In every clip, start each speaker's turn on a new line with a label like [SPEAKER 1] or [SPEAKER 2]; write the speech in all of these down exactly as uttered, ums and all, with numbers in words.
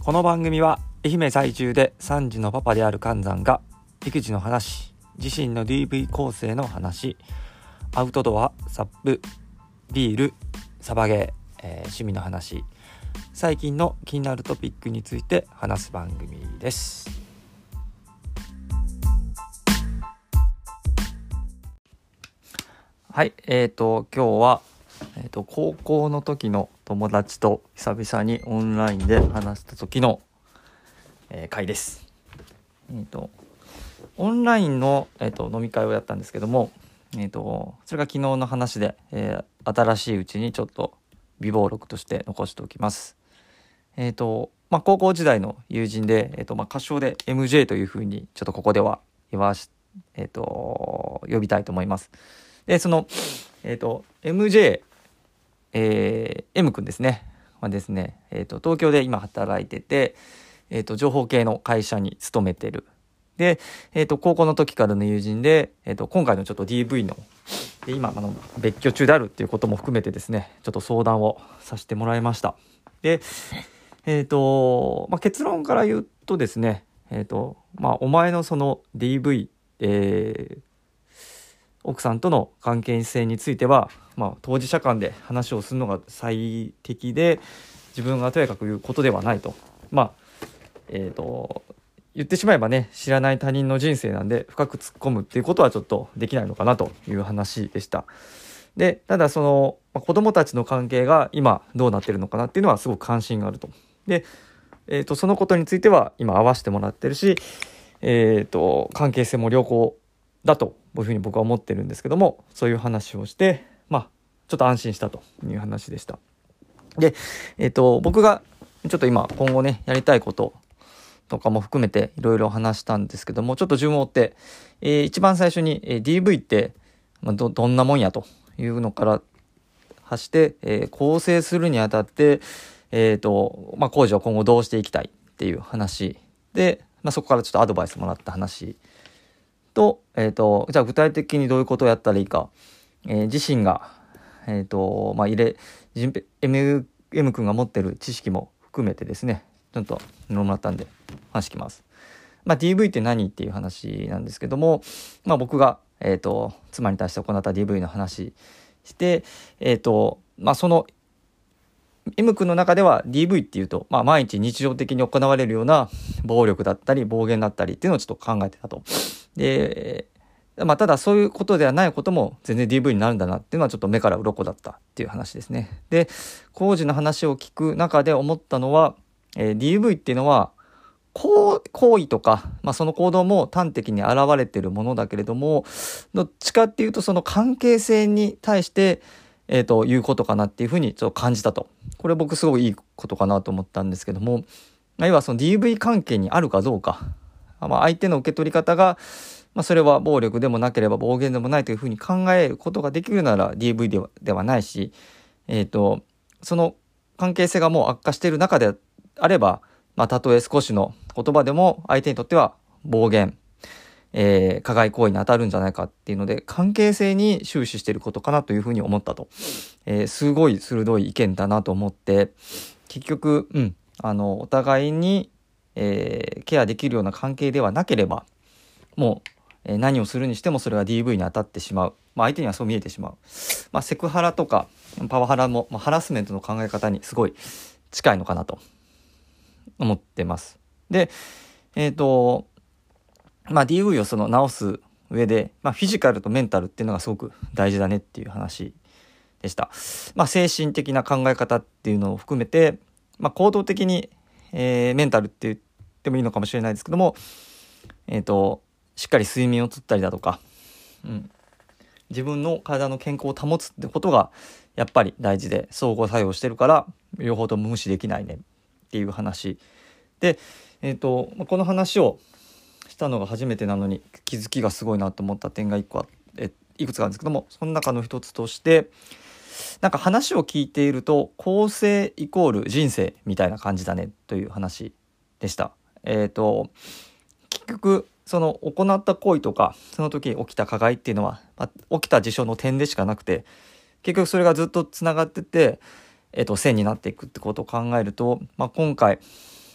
[SPEAKER 1] この番組は愛媛在住でさん児のパパである寒山が育児の話、自身の ディーブイ 構成の話、アウトドア、サップ、ビール、サバゲー、えー、趣味の話、最近の気になるトピックについて話す番組です。はい、えーと今日は、えーと高校の時の友達と久々にオンラインで話した時の、えー、回です。えーとオンラインの、えーと飲み会をやったんですけども、えーとそれが昨日の話で、えー、新しいうちにちょっと備忘録として残しておきます。えーとまあ、高校時代の友人で、えーとまあ、仮称で エムジェー というふうにちょっとここでは言わし、えーと呼びたいと思います。でその、えーと エムジェー、えー、M 君ですねはですね、えーと東京で今働いてて、えーと情報系の会社に勤めてる。で、えーと高校の時からの友人で、えーと今回のちょっと ディーブイ ので今あの別居中であるっていうことも含めてですね、ちょっと相談をさせてもらいました。で、えーとまあ、結論から言うとですね、えーとまあ、お前のその ディーブイ、えー、奥さんとの関係性については、まあ、当事者間で話をするのが最適で、自分がとやかく言うことではないと。まあえーと言ってしまえばね、知らない他人の人生なんで深く突っ込むっていうことはちょっとできないのかなという話でした。でただその、まあ、子どもたちの関係が今どうなってるのかなっていうのはすごく関心があると。で、えー、とそのことについては今合わせてもらってるし、えー、と関係性も良好だというふうに僕は思ってるんですけども、そういう話をして、まあ、ちょっと安心したという話でした。で、えー、と僕がちょっと今今後ねやりたいこととかも含めていろいろ話したんですけども、ちょっと順を追って、えー、一番最初に、えー、ディーブイ って、まあ、ど, どんなもんやというのから発して、えー、構成するにあたって、えーとまあ、工事を今後どうしていきたいっていう話で、まあ、そこからちょっとアドバイスもらった話と、えーとじゃあ具体的にどういうことをやったらいいか、えー、自身が、えーとまあ、入れ M, M 君が持ってる知識も含めてですね、ちょっともらったんで話してきます。まあ、ディーブイ って何っていう話なんですけども、まあ、僕が、えーと妻に対して行った ディーブイ の話して、えーとまあ、その M 君の中では ディーブイ っていうと、まあ、毎日日常的に行われるような暴力だったり暴言だったりっていうのをちょっと考えてたと。で、まあ、ただそういうことではないことも全然 ディーブイ になるんだなっていうのはちょっと目から鱗だったっていう話ですね。で、工事の話を聞く中で思ったのは、えー、ディーブイ っていうのは行為とか、まあ、その行動も端的に現れているものだけれども、どっちかっていうとその関係性に対して、えー、ということかなっていうふうにちょっと感じたと。これ僕すごいいいことかなと思ったんですけども、まあ、要はその ディーブイ 関係にあるかどうか、まあ、相手の受け取り方が、まあ、それは暴力でもなければ暴言でもないというふうに考えることができるなら ディーブイ では、ではないし、えー、とその関係性がもう悪化している中であれば、まあ、たとえ少しの言葉でも相手にとっては暴言、えー、加害行為に当たるんじゃないかっていうので、関係性に終始していることかなというふうに思ったと。えー、すごい鋭い意見だなと思って、結局、うん、あのお互いに、えー、ケアできるような関係ではなければ、もう、えー、何をするにしてもそれが ディーブイ に当たってしまう。まあ、相手にはそう見えてしまう。まあ、セクハラとかパワハラも、まあ、ハラスメントの考え方にすごい近いのかなと思ってます。で、えっと、まあ ディーブイ をその直す上で、まあフィジカルとメンタルっていうのがすごく大事だねっていう話でした。まあ精神的な考え方っていうのを含めて、まあ行動的に、えー、メンタルって言ってもいいのかもしれないですけども、えっと、しっかり睡眠をとったりだとか、うん、自分の体の健康を保つってことがやっぱり大事で相互作用してるから、両方とも無視できないねっていう話で、えーと、この話をしたのが初めてなのに気づきがすごいなと思った点がいっこあえいくつかあるんですけども、その中の一つとして、なんか話を聞いていると構成イコール人生みたいな感じだねという話でした。えーと結局その行った行為とかその時起きた加害っていうのは、まあ、起きた事象の点でしかなくて、結局それがずっとつながってて、えーと線になっていくってことを考えると、まあ、今回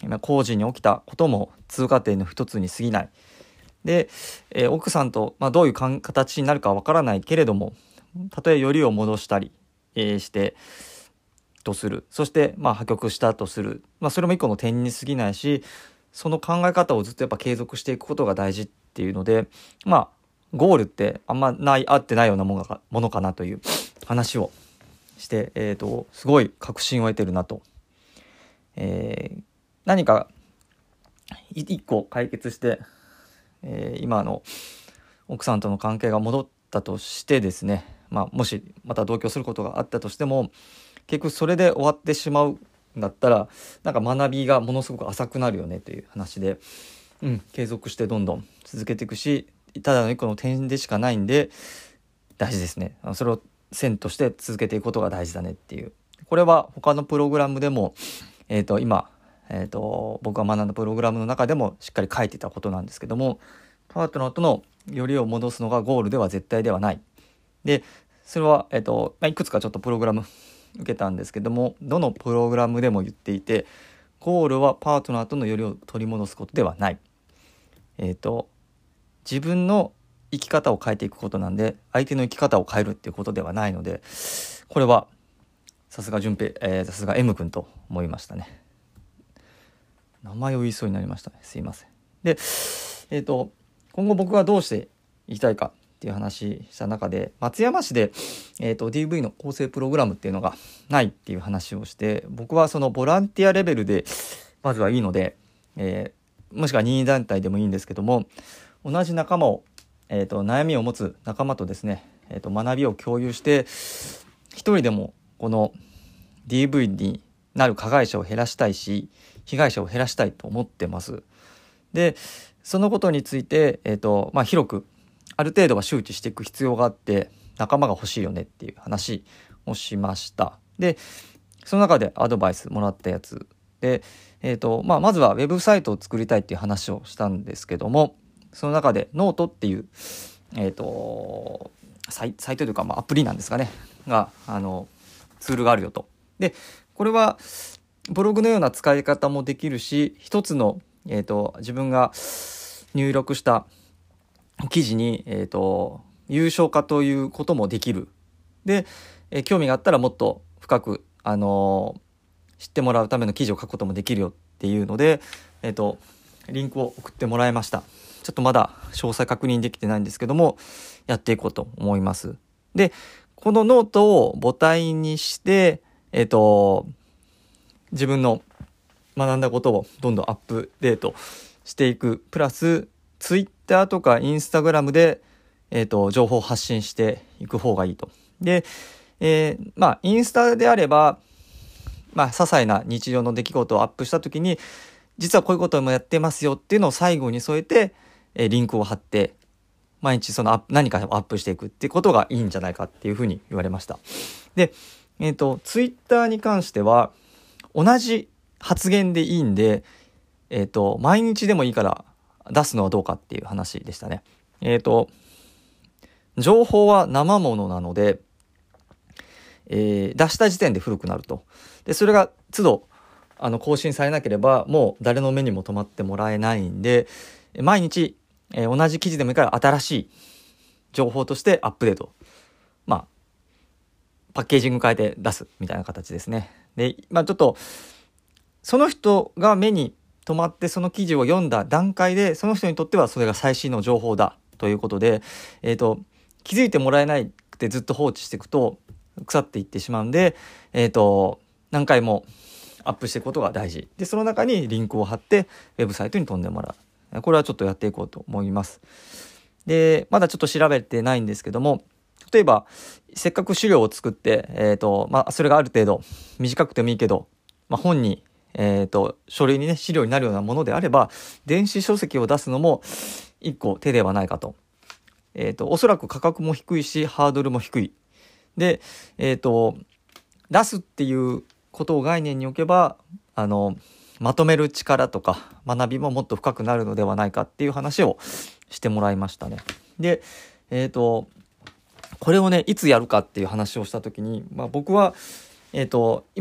[SPEAKER 1] 今工事に起きたことも通過点の一つに過ぎない。で、えー、奥さんと、まあ、どういうかん形になるかわからないけれども、たとえよりを戻したり、えー、してとする、そしてまあ破局したとする、まあ、それも一個の点に過ぎないし、その考え方をずっとやっぱ継続していくことが大事っていうので、まあゴールってあんまない合ってないようなものかものかなという話をして、えーと、すごい確信を得てるなと、えー、何か一個解決して、えー、今の奥さんとの関係が戻ったとしてですね、まあ、もしまた同居することがあったとしても、結局それで終わってしまうんだったら、なんか学びがものすごく浅くなるよねという話で、うん、継続してどんどん続けていくし、ただの一個の点でしかないんで大事ですね。それを線として続けていくことが大事だねっていう。これは他のプログラムでも、えーと、今、えーと、僕が学んだプログラムの中でもしっかり書いてたことなんですけども、パートナーとのよりを戻すのがゴールでは絶対ではない。で、それは、えーと、いくつかちょっとプログラム受けたんですけども、どのプログラムでも言っていて、ゴールはパートナーとのよりを取り戻すことではない。えーと、自分の生き方を変えていくことなんで、相手の生き方を変えるっていうことではないので、これはさすが順平、えー、さすが M 君と思いましたね。名前を言いそうになりましたね。すいません。で、えーと、今後僕はどうしていきたいかっていう話した中で、松山市で、えーと、ディーブイ の構成プログラムっていうのがないっていう話をして、僕はそのボランティアレベルでまずはいいので、えー、もしくは任意団体でもいいんですけども、同じ仲間を、えーと、悩みを持つ仲間とですね、えーと、学びを共有して、一人でもこの ディーブイ になる加害者を減らしたいし、被害者を減らしたいと思ってます。で、そのことについて、えーとまあ、広くある程度は周知していく必要があって、仲間が欲しいよねっていう話をしました。で、その中でアドバイスもらったやつで、えーとまあ、まずはウェブサイトを作りたいっていう話をしたんですけども、その中でノートっていう、えーとサイ、サイトというか、まあ、アプリなんですかねがあのツールがあるよと。で、これはブログのような使い方もできるし、一つの、えーと自分が入力した記事に、えーと有償化ということもできる。で、えー、興味があったらもっと深く、あのー、知ってもらうための記事を書くこともできるよっていうので、えーとリンクを送ってもらいました。ちょっとまだ詳細確認できてないんですけども、やっていこうと思います。で、このノートを母体にして、えっと、自分の学んだことをどんどんアップデートしていく。プラス、ツイッターとかインスタグラムで、えっと、情報を発信していく方がいいと。で、えー、まあ、インスタであれば、まあ、些細な日常の出来事をアップしたときに、実はこういうこともやってますよっていうのを最後に添えて、えー、リンクを貼って毎日そのアップ何かをアップしていくっていうことがいいんじゃないかっていうふうに言われました。で、えっとツイッターに関しては同じ発言でいいんで、えっと毎日でもいいから出すのはどうかっていう話でしたね。えっと情報は生ものなので、えー、出した時点で古くなると。で、それが都度あの更新されなければもう誰の目にも留まってもらえないんで、毎日、えー、同じ記事でもいいから新しい情報としてアップデート、まあパッケージング変えて出すみたいな形ですね。で、まあちょっとその人が目に留まってその記事を読んだ段階で、その人にとってはそれが最新の情報だということで、えっと気づいてもらえないくてずっと放置していくと腐っていってしまうんで、えっと何回もアップしていくことが大事で、その中にリンクを貼ってウェブサイトに飛んでもらう。これはちょっとやっていこうと思います。で、まだちょっと調べてないんですけども、例えばせっかく資料を作って、えーとまあ、それがある程度短くてもいいけど、まあ、本に、えーと書類にね資料になるようなものであれば電子書籍を出すのも一個手ではないかと。えーとおそらく価格も低いしハードルも低いで、えーと出すっていうことを概念に置けば、あのまとめる力とか学びももっと深くなるのではないかっていう話をしてもらいましたね。で、えっとこれをねいつやるかっていう話をした時に、まあ、僕は、えーと今、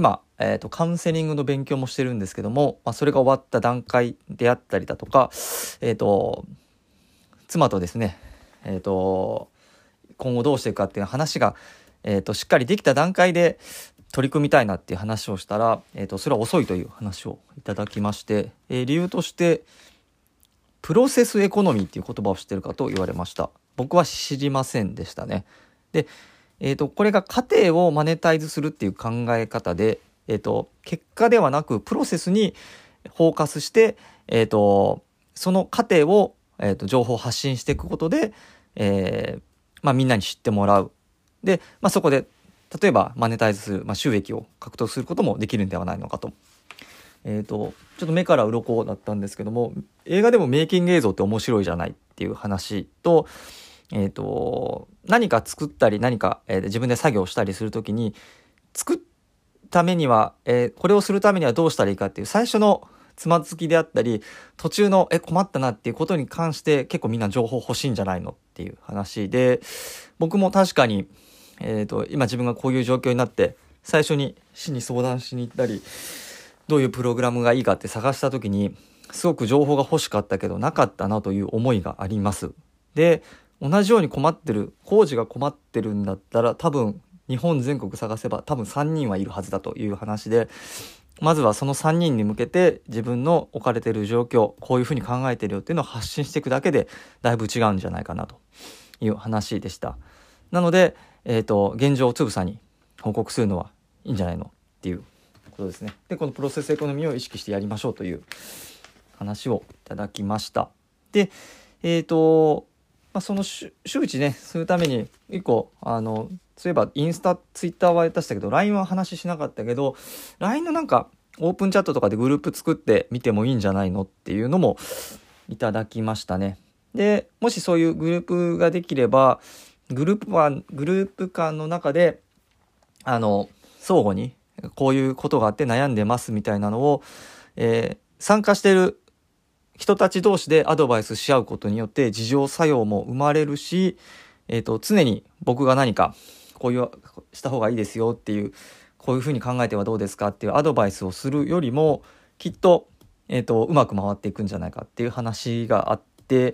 [SPEAKER 1] えーと、カウンセリングの勉強もしてるんですけども、まあ、それが終わった段階であったりだとか、えーと、妻とですね、えーと、今後どうしていくかっていう話が、えーと、しっかりできた段階で取り組みたいなっていう話をしたら、えーと、それは遅いという話をいただきまして、えー、理由としてプロセスエコノミーっていう言葉を知ってるかと言われました。僕は知りませんでしたね。で、えーと、これが過程をマネタイズするっていう考え方で、えーと、結果ではなくプロセスにフォーカスして、えーと、その過程を、えーと、情報を発信していくことで、えーまあ、みんなに知ってもらう。で、まあ、そこで例えばマネタイズする、まあ、収益を獲得することもできるんではないのかと。えーと、ちょっと目から鱗だったんですけども、映画でもメイキング映像って面白いじゃないっていう話と、えーと、何か作ったり何か、えー、自分で作業したりするときに、作るためには、えー、これをするためにはどうしたらいいかっていう最初のつまずきであったり、途中のえ困ったなっていうことに関して結構みんな情報欲しいんじゃないのっていう話で、僕も確かに、えーと、今自分がこういう状況になって最初に市に相談しに行ったり、どういうプログラムがいいかって探した時にすごく情報が欲しかったけどなかったなという思いがあります。で、同じように困ってる、工事が困ってるんだったら多分日本全国探せば多分さんにんはいるはずだという話で、まずはそのさんにんに向けて自分の置かれている状況、こういうふうに考えてるよっていうのを発信していくだけでだいぶ違うんじゃないかなという話でした。なので、えーと、現状をつぶさに報告するのはいいんじゃないのっていうことですね。で、このプロセスエコノミーを意識してやりましょうという話をいただきました。で、えーと、まあ、その周知ねするために一個、あのそういえばインスタツイッターは出したけど ライン は話しなかったけど、 ライン のなんかオープンチャットとかでグループ作ってみてもいいんじゃないのっていうのもいただきましたね。で、もしそういうグループができれば、グループはグループ間の中であの相互にこういうことがあって悩んでますみたいなのを、えー、参加している人たち同士でアドバイスし合うことによって自浄作用も生まれるし、えーと、常に僕が何かこういうした方がいいですよっていう、こういうふうに考えてはどうですかっていうアドバイスをするよりもきっと、えーと、うまく回っていくんじゃないかっていう話があって、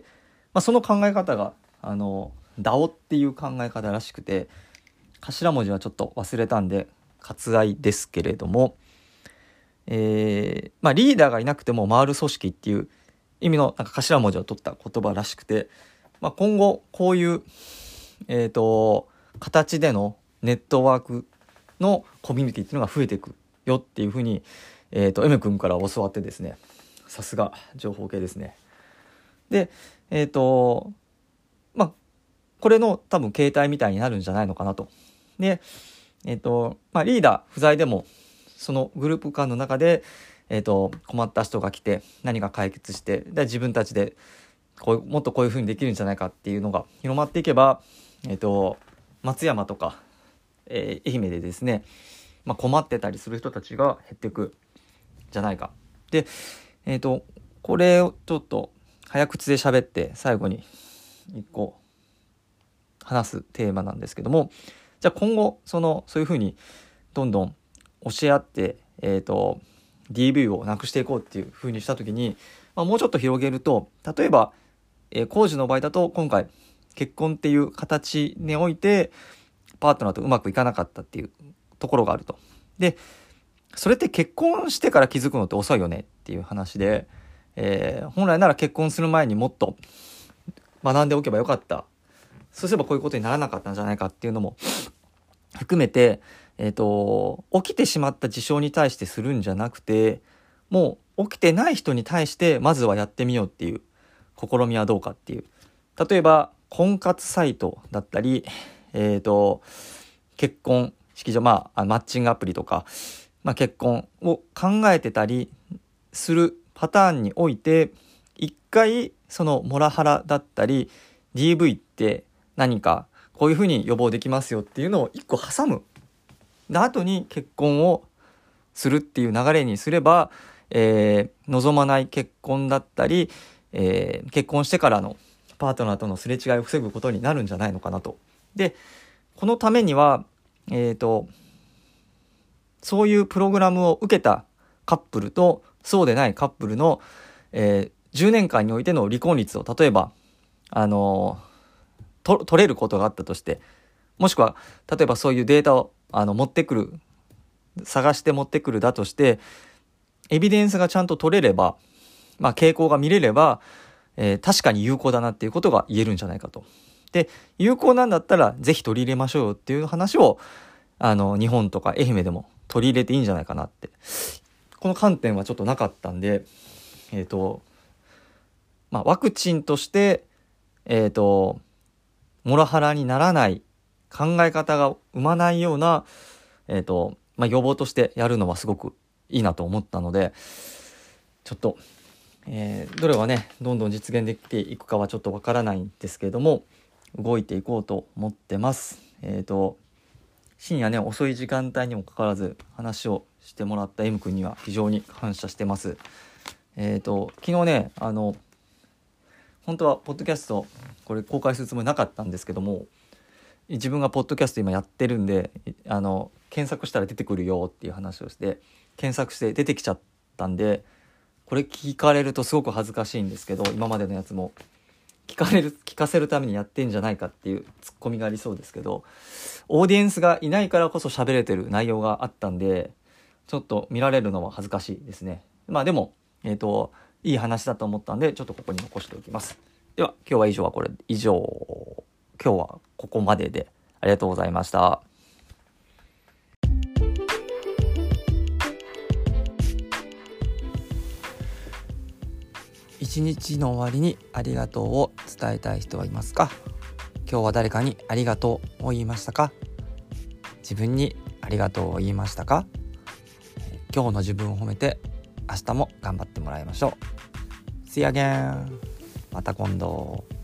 [SPEAKER 1] まあ、その考え方があの ダオ っていう考え方らしくて、頭文字はちょっと忘れたんで割愛ですけれども、えーまあ、リーダーがいなくても回る組織っていう意味のなんか頭文字を取った言葉らしくて、まあ、今後こういう、えーと、形でのネットワークのコミュニティっていうのが増えていくよっていうふうに、えーと、M 君から教わってですね、さすが情報系ですね。で、えっと、まあ、これの多分形態みたいになるんじゃないのかなと。で、えっと、まあ、リーダー不在でも、そのグループ間の中で、えっと、困った人が来て何か解決して、で自分たちでこうもっとこういう風にできるんじゃないかっていうのが広まっていけば、えっと、松山とか、えー、愛媛でですね、まあ、困ってたりする人たちが減っていくんじゃないか。で、えっと、これをちょっと早口で喋って最後に一個話すテーマなんですけども、じゃあ今後そのそういう風にどんどん教え合って、えーと、ディーブイ をなくしていこうっていう風にした時に、まあ、もうちょっと広げると、例えば、えー、工事の場合だと今回結婚っていう形においてパートナーとうまくいかなかったっていうところがあると。で、それって結婚してから気づくのって遅いよねっていう話で、えー、本来なら結婚する前にもっと学んでおけばよかった、そうすればこういうことにならなかったんじゃないかっていうのも含めて、えーと、起きてしまった事象に対してするんじゃなくて、もう起きてない人に対してまずはやってみようっていう試みはどうかっていう。例えば婚活サイトだったり、えーと、結婚式場、まあマッチングアプリとか、まあ、結婚を考えてたりするパターンにおいて、一回そのモラハラだったり ディーブイ って何かこういうふうに予防できますよっていうのを一個挟む。で、後に結婚をするっていう流れにすれば、えー、望まない結婚だったり、えー、結婚してからのパートナーとのすれ違いを防ぐことになるんじゃないのかなと。で、このためには、えーと、 そういうプログラムを受けたカップルとそうでないカップルの、えー、じゅうねんかんにおいての離婚率を例えば、あのー、と取れることがあったとして、もしくは例えばそういうデータをあの持ってくる探して持ってくるだとして、エビデンスがちゃんと取れれば、まあ、傾向が見れれば、えー、確かに有効だなっていうことが言えるんじゃないかと。で、有効なんだったらぜひ取り入れましょうよっていう話をあの日本とか愛媛でも取り入れていいんじゃないかなって、この観点はちょっとなかったんで、えっとまあワクチンとしてえっとモラハラにならない考え方が生まないような、えっとまあ予防としてやるのはすごくいいなと思ったので、ちょっと、えー、どれはねどんどん実現できていくかはちょっとわからないんですけれども、動いていこうと思ってます。えっと深夜ね遅い時間帯にもかかわらず話をしてもらった M 君には非常に感謝してます。えっと昨日ねあの本当はポッドキャストこれ公開するつもりなかったんですけども、自分がポッドキャスト今やってるんで、あの検索したら出てくるよっていう話をして検索して出てきちゃったんで、これ聞かれるとすごく恥ずかしいんですけど、今までのやつも聞かれる聞かせるためにやってんじゃないかっていうツッコミがありそうですけど、オーディエンスがいないからこそ喋れてる内容があったんで、ちょっと見られるのは恥ずかしいですね。まあでもえっといい話だと思ったんでちょっとここに残しておきます。では今日は以上はこれ以上今日はここまででありがとうございました。一日の終わりにありがとうを伝えたい人はいますか？今日は誰かにありがとうを言いましたか？自分にありがとうを言いましたか？今日の自分を褒めて明日も頑張ってもらいましょう。See you again. また今度。